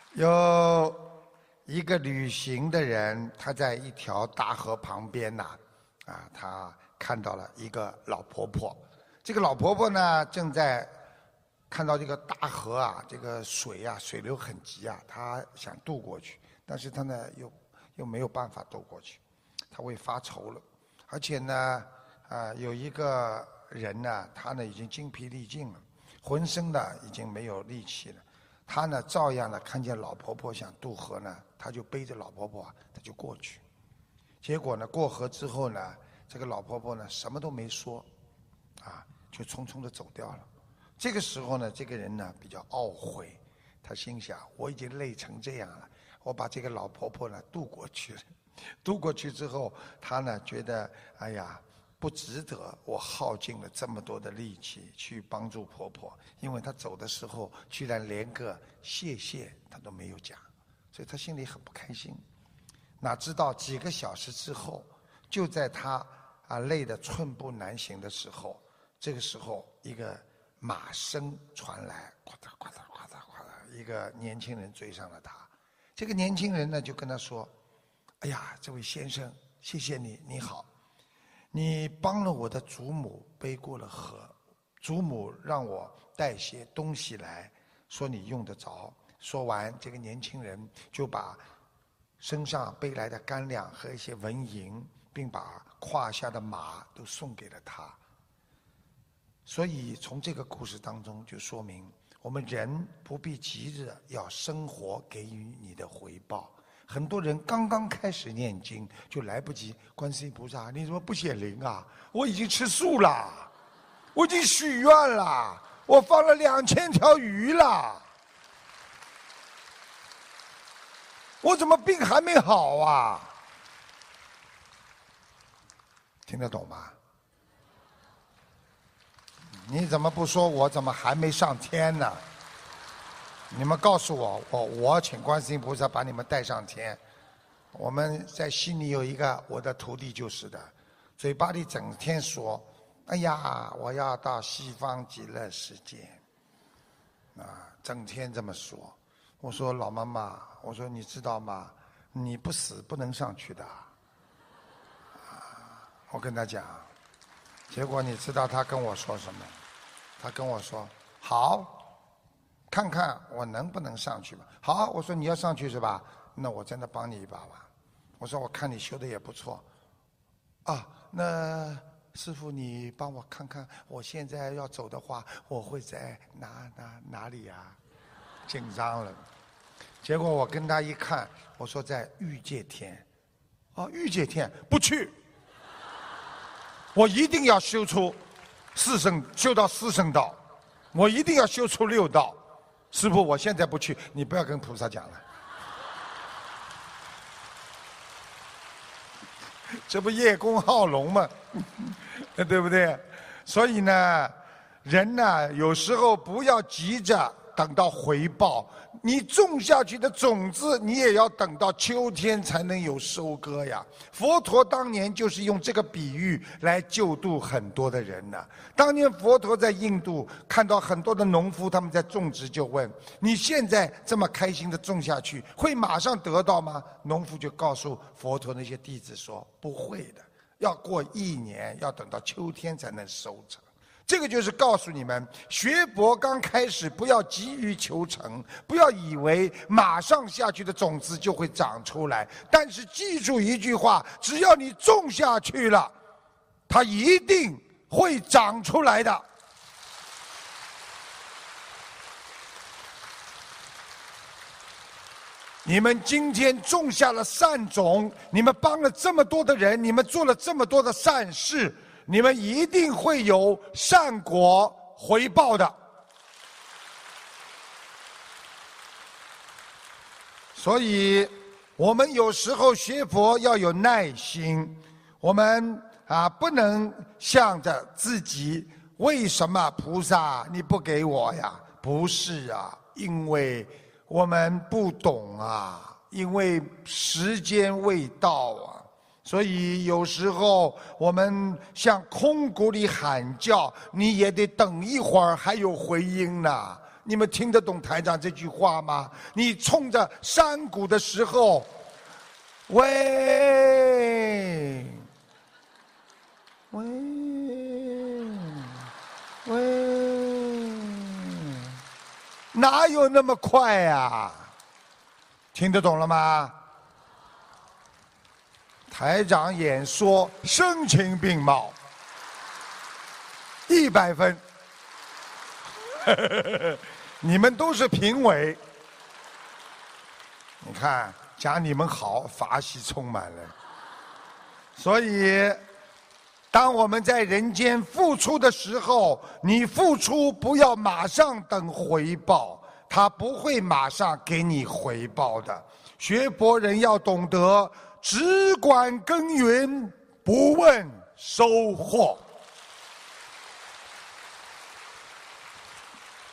有一个旅行的人，他在一条大河旁边他看到了一个老婆婆。这个老婆婆呢，正在看到这个大河这个水水流很急她想渡过去，但是她呢又没有办法渡过去，她会发愁了。而且呢，有一个人呢，他呢已经精疲力尽了，浑身呢已经没有力气了。他呢照样的看见老婆婆想渡河呢，他就背着老婆婆他就过去。结果呢过河之后呢，这个老婆婆呢什么都没说，就匆匆的走掉了。这个时候呢，这个人呢比较懊悔，他心想：我已经累成这样了，我把这个老婆婆呢渡过去了。渡过去之后，他呢觉得哎呀，不值得我耗尽了这么多的力气去帮助婆婆，因为她走的时候居然连个谢谢她都没有讲，所以她心里很不开心。哪知道几个小时之后，就在她累得寸步难行的时候，这个时候一个马声传来，呱嗒呱嗒呱嗒呱嗒，一个年轻人追上了她。这个年轻人呢就跟她说：哎呀，这位先生，谢谢你，你好，你帮了我的祖母背过了河，祖母让我带些东西来，说你用得着。说完，这个年轻人就把身上背来的干粮和一些纹银，并把胯下的马都送给了他。所以从这个故事当中就说明，我们人不必急着要生活给予你的回报。很多人刚刚开始念经就来不及，观世音菩萨你怎么不显灵啊？我已经吃素了，我已经许愿了，我放了2000条鱼了，我怎么病还没好啊？听得懂吗？你怎么不说我怎么还没上天呢？你们告诉我请观世音菩萨把你们带上天。我们在悉尼有一个我的徒弟就是的，嘴巴里整天说：哎呀，我要到西方极乐世界，整天这么说。我说老妈妈，我说你知道吗？你不死不能上去的。我跟他讲，结果你知道他跟我说什么？他跟我说：好。看看我能不能上去吧。好，我说你要上去是吧？那我真的帮你一把吧。我说我看你修的也不错，那师父你帮我看看，我现在要走的话，我会在哪里呀？紧张了。结果我跟他一看，我说在欲界天。欲界天不去，我一定要修出修到四圣道，我一定要修出6道。师父，我现在不去，你不要跟菩萨讲了。这不叶公好龙吗？对不对？所以呢，人呢，有时候不要急着等到回报，你种下去的种子，你也要等到秋天才能有收割呀。佛陀当年就是用这个比喻来救度很多的人呢。当年佛陀在印度看到很多的农夫他们在种植，就问：你现在这么开心的种下去，会马上得到吗？农夫就告诉佛陀那些弟子说：不会的，要过1年，要等到秋天才能收成。这个就是告诉你们，学佛刚开始不要急于求成，不要以为马上下去的种子就会长出来。但是记住一句话，只要你种下去了，它一定会长出来的。你们今天种下了善种，你们帮了这么多的人，你们做了这么多的善事，你们一定会有善果回报的。所以我们有时候学佛要有耐心，我们不能想着自己为什么菩萨你不给我呀？不是因为我们不懂因为时间未到所以有时候我们向空谷里喊叫，你也得等一会儿还有回音呢。 你们听得懂台长这句话吗？你冲着山谷的时候，喂，喂，喂，哪有那么快呀？听得懂了吗？台长演说声情并茂，100分。你们都是评委，你看讲你们好，法喜充满了。所以，当我们在人间付出的时候，你付出不要马上等回报，他不会马上给你回报的。学佛人要懂得只管耕耘，不问收获。